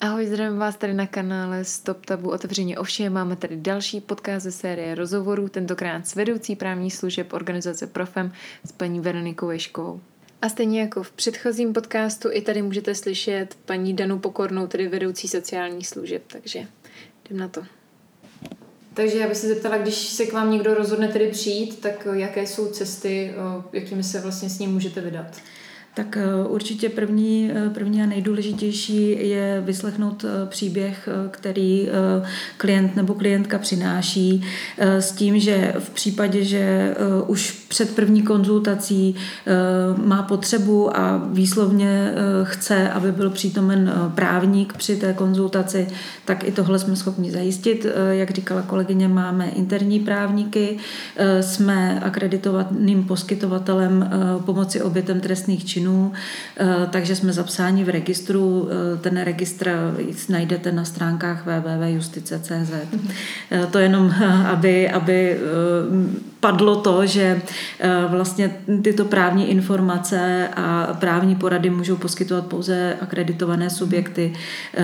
Ahoj, zdravím vás tady na kanále Stop Tabu otevřeně o všem. Máme tady další podcast ze série rozhovorů, tentokrát s vedoucí právních služeb organizace Profem s paní Veronikou Ješkovou. A stejně jako v předchozím podcastu, i tady můžete slyšet paní Danu Pokornou, tedy vedoucí sociálních služeb, takže jdem na to. Takže já bych se zeptala, když se k vám někdo rozhodne tedy přijít, tak jaké jsou cesty, jakými se vlastně s ním můžete vydat? Tak určitě první a nejdůležitější je vyslechnout příběh, který klient nebo klientka přináší, s tím, že v případě, že už před první konzultací má potřebu a výslovně chce, aby byl přítomen právník při té konzultaci, tak i tohle jsme schopni zajistit. Jak říkala kolegyně, máme interní právníky, jsme akreditovaným poskytovatelem pomoci obětem trestných činů, takže jsme zapsáni v registru. Ten registr najdete na stránkách www.justice.cz. To jenom, aby padlo to, že vlastně tyto právní informace a právní porady můžou poskytovat pouze akreditované subjekty.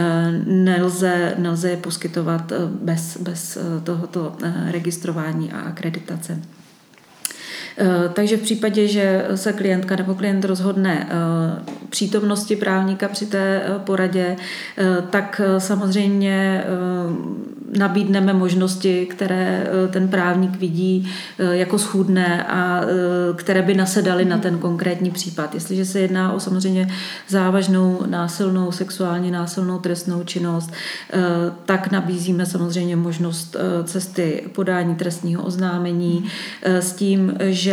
Nelze je poskytovat bez tohoto registrování a akreditace. Takže v případě, že se klientka nebo klient rozhodne přítomnosti právníka při té poradě, tak samozřejmě nabídneme možnosti, které ten právník vidí jako schůdné a které by nasedaly na ten konkrétní případ. Jestliže se jedná o samozřejmě závažnou, násilnou, sexuálně násilnou trestnou činnost, tak nabízíme samozřejmě možnost cesty podání trestního oznámení s tím, že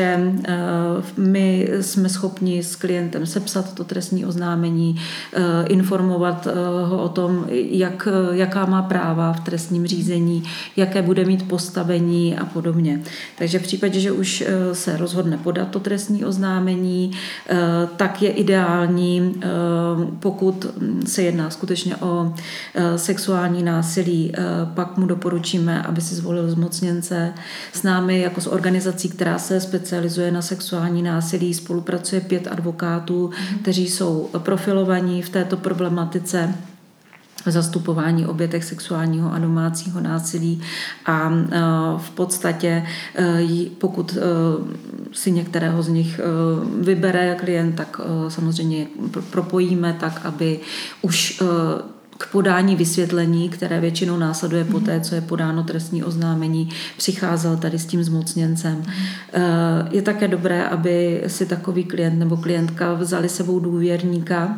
my jsme schopni s klientem sepsat to trestní oznámení, informovat ho o tom, jaká má práva v trestním řízení, jaké bude mít postavení a podobně. Takže v případě, že už se rozhodne podat to trestní oznámení, tak je ideální, pokud se jedná skutečně o sexuální násilí, pak mu doporučíme, aby si zvolil zmocněnce. S námi jako s organizací, která se specializuje na sexuální násilí, spolupracuje 5 advokátů, kteří jsou profilovaní v této problematice zastupování obětech sexuálního a domácího násilí a v podstatě pokud si některého z nich vybere klient, tak samozřejmě propojíme tak, aby už k podání vysvětlení, které většinou následuje poté, co je podáno trestní oznámení, přicházel tady s tím zmocněncem. Je také dobré, aby si takový klient nebo klientka vzali sebou důvěrníka.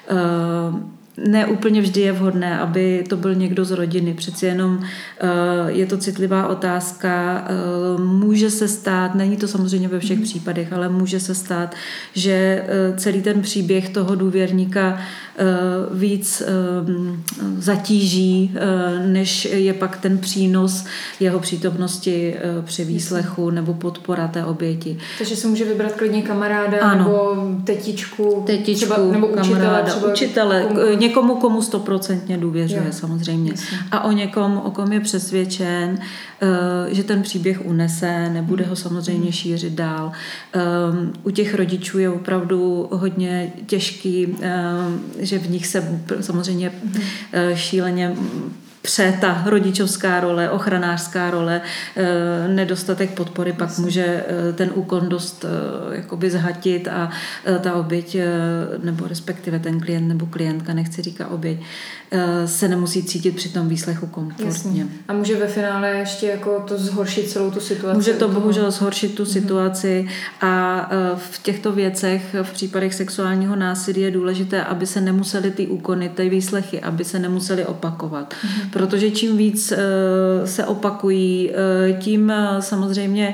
Ne úplně vždy je vhodné, aby to byl někdo z rodiny. Přeci jenom je to citlivá otázka. Může se stát, není to samozřejmě ve všech případech, ale může se stát, že celý ten příběh toho důvěrníka víc zatíží, než je pak ten přínos jeho přítomnosti při výslechu nebo podpora té oběti. Takže se může vybrat klidně kamaráda, ano, nebo tetičku třeba, nebo kamaráda, učitele, někomu, komu 100% důvěřuje, samozřejmě. Jasně. A o kom je přesvědčen, že ten příběh unese, nebude ho samozřejmě šířit dál. U těch rodičů je opravdu hodně těžký, že v nich se samozřejmě šíleně ta rodičovská role, ochranářská role, nedostatek podpory pak může ten úkon dost jakoby zhatit a ta oběť, nebo respektive ten klient nebo klientka, nechci říkat oběť, se nemusí cítit při tom výslechu komfortně. Jasně. A může ve finále ještě jako to zhoršit celou tu situaci? Může to bohužel zhoršit tu situaci a v těchto věcech, v případech sexuálního násilí je důležité, aby se nemusely ty úkony, ty výslechy, aby se nemusely opakovat. Protože čím víc se opakují, tím samozřejmě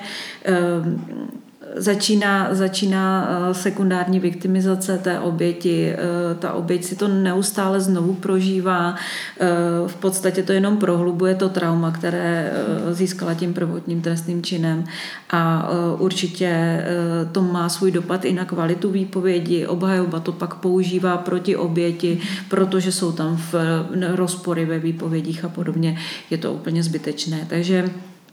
začíná sekundární viktimizace té oběti. Ta oběť si to neustále znovu prožívá. V podstatě to jenom prohlubuje to trauma, které získala tím prvotním trestným činem. A určitě to má svůj dopad i na kvalitu výpovědi. Obhajoba to pak používá proti oběti, protože jsou tam rozpory ve výpovědích a podobně. Je to úplně zbytečné. Takže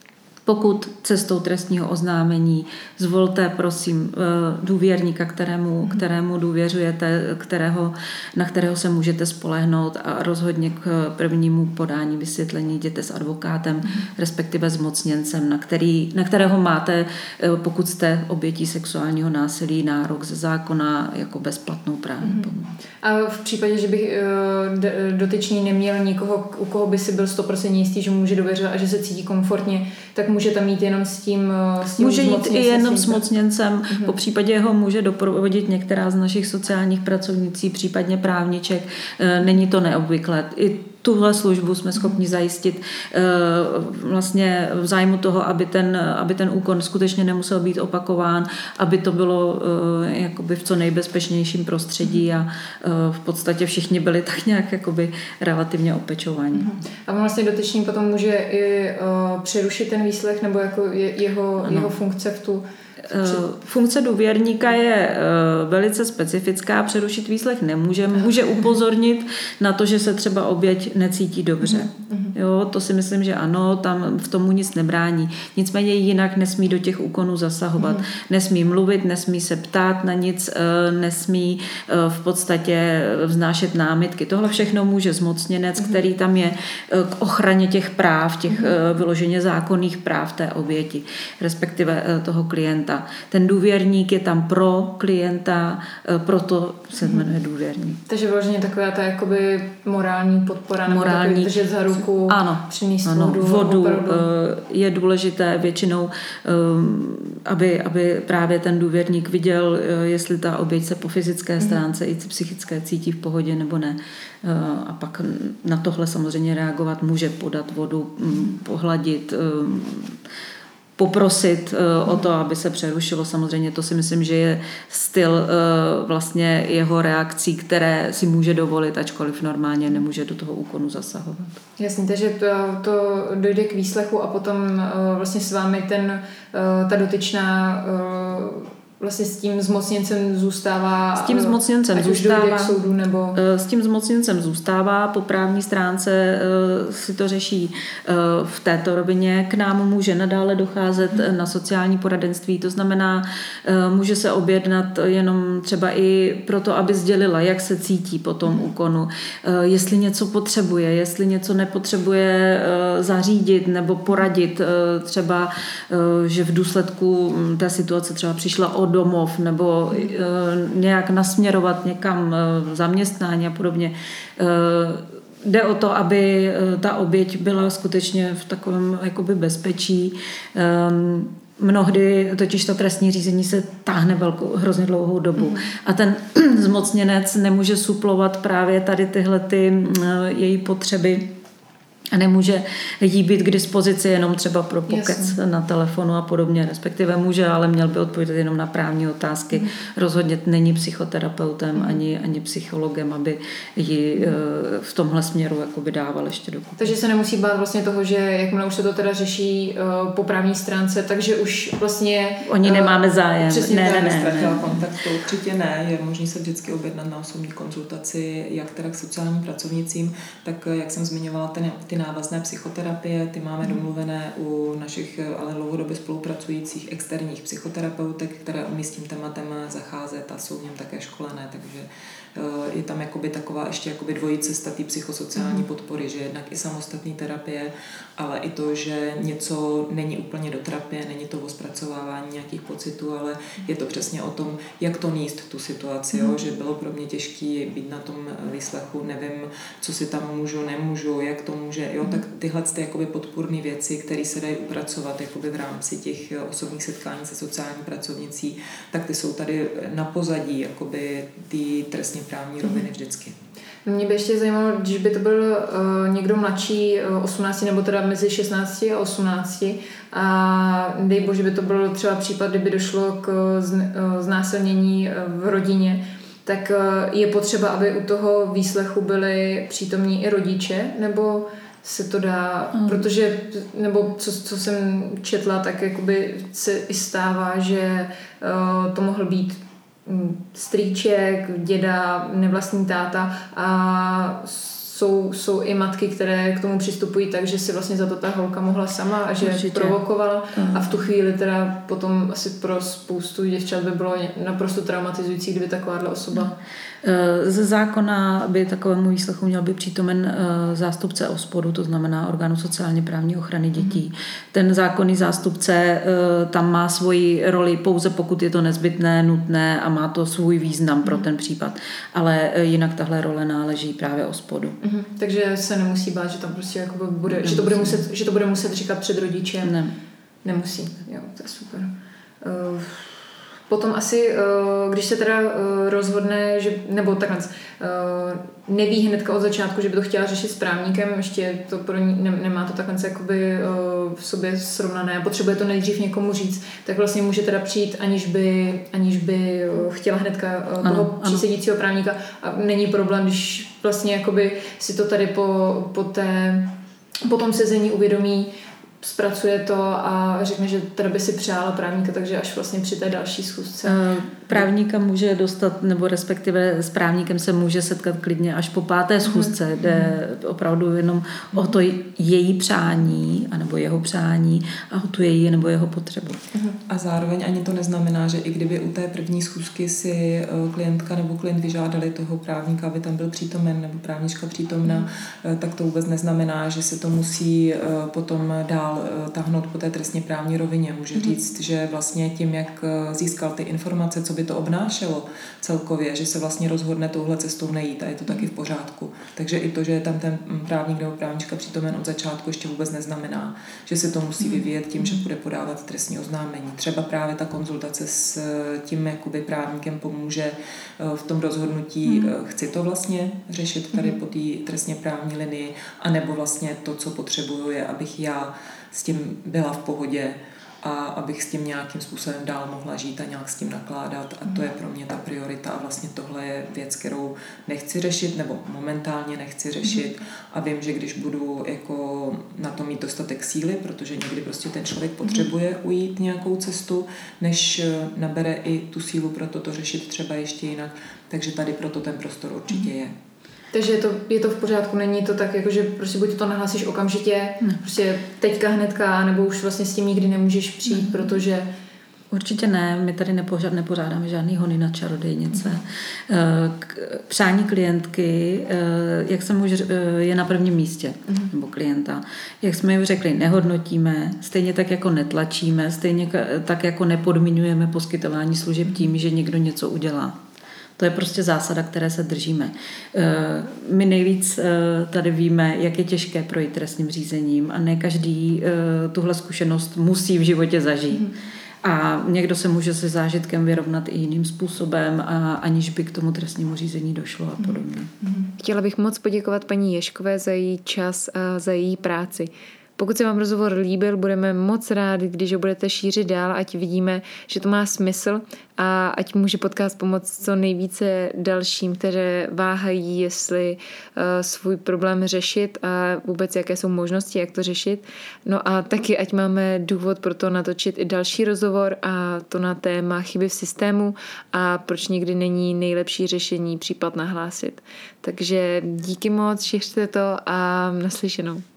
Pokud cestou trestního oznámení zvolte, prosím, důvěrníka, kterému důvěřujete, na kterého se můžete spolehnout, a rozhodně k prvnímu podání vysvětlení jděte s advokátem, respektive zmocněncem, na kterého máte, pokud jste obětí sexuálního násilí, nárok ze zákona jako bezplatnou právní pomoc. A v případě, že bych dotyčný neměl nikoho, u koho by si byl 100% jistý, že mu může důvěřovat a že se cítí komfortně, tak může tam jít jenom s tím může jít i jenom s mocněncem, po případě ho může doprovodit některá z našich sociálních pracovnicí, případně právniček. Není to neobvyklé. I tuhle službu jsme schopni zajistit vlastně v zájmu toho, aby ten úkon skutečně nemusel být opakován, aby to bylo jakoby v co nejbezpečnějším prostředí a v podstatě všichni byli tak nějak jakoby relativně opečovaní. A vlastně dotyčný potom může i přerušit ten výslech, nebo jako jeho funkce v tu... Funkce důvěrníka je velice specifická, přerušit výslech nemůže. Může upozornit na to, že se třeba oběť necítí dobře. Jo, to si myslím, že ano, tam v tomu nic nebrání. Nicméně jinak nesmí do těch úkonů zasahovat. Nesmí mluvit, nesmí se ptát na nic, nesmí v podstatě vznášet námitky. Tohle všechno může zmocněnec, který tam je k ochraně těch práv, těch vyloženě zákonných práv té oběti, respektive toho klienta. Ten důvěrník je tam pro klienta, proto se jmenuje důvěrník. Takže vyloženě taková ta jakoby morální podpora, morální, držet za ruku, přinést vodu. Je důležité většinou, aby právě ten důvěrník viděl, jestli ta oběť se po fyzické stránce i psychické cítí v pohodě nebo ne. A pak na tohle samozřejmě reagovat může, podat vodu, pohladit, poprosit o to, aby se přerušilo. Samozřejmě to si myslím, že je styl vlastně jeho reakcí, které si může dovolit, ačkoliv normálně nemůže do toho úkonu zasahovat. Jasně, takže to dojde k výslechu a potom vlastně s vámi ta dotyčná vlastně s tím zmocněncem zůstává. S tím zmocněncem zůstává. K soudu, nebo... S tím zmocněncem zůstává. Po právní stránce si to řeší v této rovině. K nám může nadále docházet na sociální poradenství. To znamená, může se objednat jenom třeba i proto, aby sdělila, jak se cítí po tom úkonu. Jestli něco potřebuje, jestli něco nepotřebuje zařídit nebo poradit. Třeba, že v důsledku té situace třeba přišla o domov nebo nějak nasměrovat někam zaměstnání a podobně. Jde o to, aby ta oběť byla skutečně v takovém jakoby bezpečí. Mnohdy totiž to trestní řízení se táhne hrozně dlouhou dobu. A ten zmocněnec nemůže suplovat právě tady tyhle její potřeby a nemůže jí být k dispozici jenom třeba pro pokec na telefonu a podobně, respektive může, ale měl by odpovědět jenom na právní otázky. Rozhodně není psychoterapeutem ani psychologem, aby ji v tomhle směru jakoby dával ještě do kupy. Takže se nemusí bát vlastně toho, že jakmile už se to teda řeší po právní stránce, takže už vlastně... Oni nemáme zájem. Ne. Kontakt, to určitě ne. Je možné se vždycky objednat na osobní konzultaci, jak teda k sociálním pracovnicím, tak jak jsem zmiňovala, ty návazné psychoterapie, ty máme domluvené u našich ale dlouhodobě spolupracujících externích psychoterapeutek, které umí s tím tématem zacházet a jsou v něm také školené, takže je tam jakoby taková ještě jakoby dvojí cesta té psychosociální podpory, že jednak i samostatný terapie, ale i to, že něco není úplně do terapie, není to o zpracovávání nějakých pocitů, ale je to přesně o tom, jak to níst tu situaci, jo? Že bylo pro mě těžké být na tom výslechu, nevím, co si tam nemůžu, jak to může, jo? Tak tyhle jakoby podpůrné věci, které se dají upracovat jakoby v rámci těch osobních setkání se sociální pracovnicí, tak ty jsou tady na pozadí jakoby ty trestně právní roviny vždycky. Mě by ještě zajímalo, když by to byl někdo mladší 18 nebo teda mezi 16 a 18 a dej bože by to byl třeba případ, kdyby došlo k znásilnění v rodině, tak je potřeba, aby u toho výslechu byli přítomní i rodiče, nebo se to dá, protože, nebo co jsem četla, tak jakoby se i stává, že to mohl být strýček, děda, nevlastní táta a jsou i matky, které k tomu přistupují tak, že si vlastně za to ta holka mohla sama a že Určitě. provokovala a v tu chvíli teda potom asi pro spoustu děvčat by bylo naprosto traumatizující, kdyby takováhle osoba... Ze zákona by takovému výslechu měl být přítomen zástupce OSPODu, to znamená Orgánu sociálně právní ochrany dětí. Ten zákonný zástupce tam má svoji roli pouze pokud je to nezbytné, nutné a má to svůj význam pro ten případ. Ale jinak tahle role náleží právě OSPODu. Takže se nemusí bát, že tam prostě jakoby bude, že to bude muset říkat před rodičem. Ne. Nemusí. Jo, to je super. Potom asi, když se teda rozhodne, že, nebo takhle, neví hnedka od začátku, že by to chtěla řešit s právníkem, ještě to pro ní nemá to takhle jakoby v sobě srovnané, potřebuje to nejdřív někomu říct, tak vlastně může teda přijít, aniž by chtěla hnedka toho přísedícího právníka a není problém, když vlastně jakoby si to tady po tom sezení uvědomí, zpracuje to a řekne, že teda by si přála právníka, takže až vlastně při té další schůzce. Právníka může dostat, nebo respektive s právníkem se může setkat klidně až po 5. schůzce, kde opravdu jenom o to její přání, anebo jeho přání a o tu její nebo jeho potřebu. A zároveň ani to neznamená, že i kdyby u té první schůzky si klientka nebo klient vyžádali toho právníka, aby tam byl přítomen nebo právnička přítomna, tak to vůbec neznamená, že se to musí potom dál tahnout po té trestně právní rovině. Může říct, že vlastně tím, jak získal ty informace, co by to obnášelo celkově, že se vlastně rozhodne touhle cestou nejít a je to taky v pořádku. Takže i to, že je tam ten právník nebo právnička přítomen od začátku, ještě vůbec neznamená, že se to musí vyvíjet tím, že bude podávat trestní oznámení. Třeba právě ta konzultace s tím jakoby právníkem pomůže v tom rozhodnutí, chci to vlastně řešit tady po té trestně právní linii, anebo vlastně to, co potřebuju, je, abych já s tím byla v pohodě a abych s tím nějakým způsobem dál mohla žít a nějak s tím nakládat a to je pro mě ta priorita a vlastně tohle je věc, kterou nechci řešit nebo momentálně nechci řešit a vím, že když budu jako na to mít dostatek síly, protože někdy prostě ten člověk potřebuje ujít nějakou cestu, než nabere i tu sílu pro to řešit třeba ještě jinak, takže tady proto ten prostor určitě je. Takže je to v pořádku, není to tak, jako, že prostě buď to nahlásíš okamžitě, prostě teďka hnedka, nebo už vlastně s tím nikdy nemůžeš přijít, protože... Určitě ne, my tady nepořádáme žádný hony na čarodějnice. Přání klientky, jak jsem už je na prvním místě, nebo klienta. Jak jsme už řekli, nehodnotíme, stejně tak jako netlačíme, stejně tak jako nepodmiňujeme poskytování služeb tím, že někdo něco udělá. To je prostě zásada, které se držíme. My nejvíc tady víme, jak je těžké projít trestním řízením a ne každý tuhle zkušenost musí v životě zažít. A někdo se může se zážitkem vyrovnat i jiným způsobem, aniž by k tomu trestnímu řízení došlo a podobně. Chtěla bych moc poděkovat paní Ježkové za její čas a za její práci. Pokud se vám rozhovor líbil, budeme moc rádi, když ho budete šířit dál, ať vidíme, že to má smysl a ať může podcast pomoct co nejvíce dalším, které váhají, jestli svůj problém řešit a vůbec jaké jsou možnosti, jak to řešit. No a taky, ať máme důvod pro to natočit i další rozhovor a to na téma chyby v systému a proč někdy není nejlepší řešení případ nahlásit. Takže díky moc, šířte to a naslyšenou.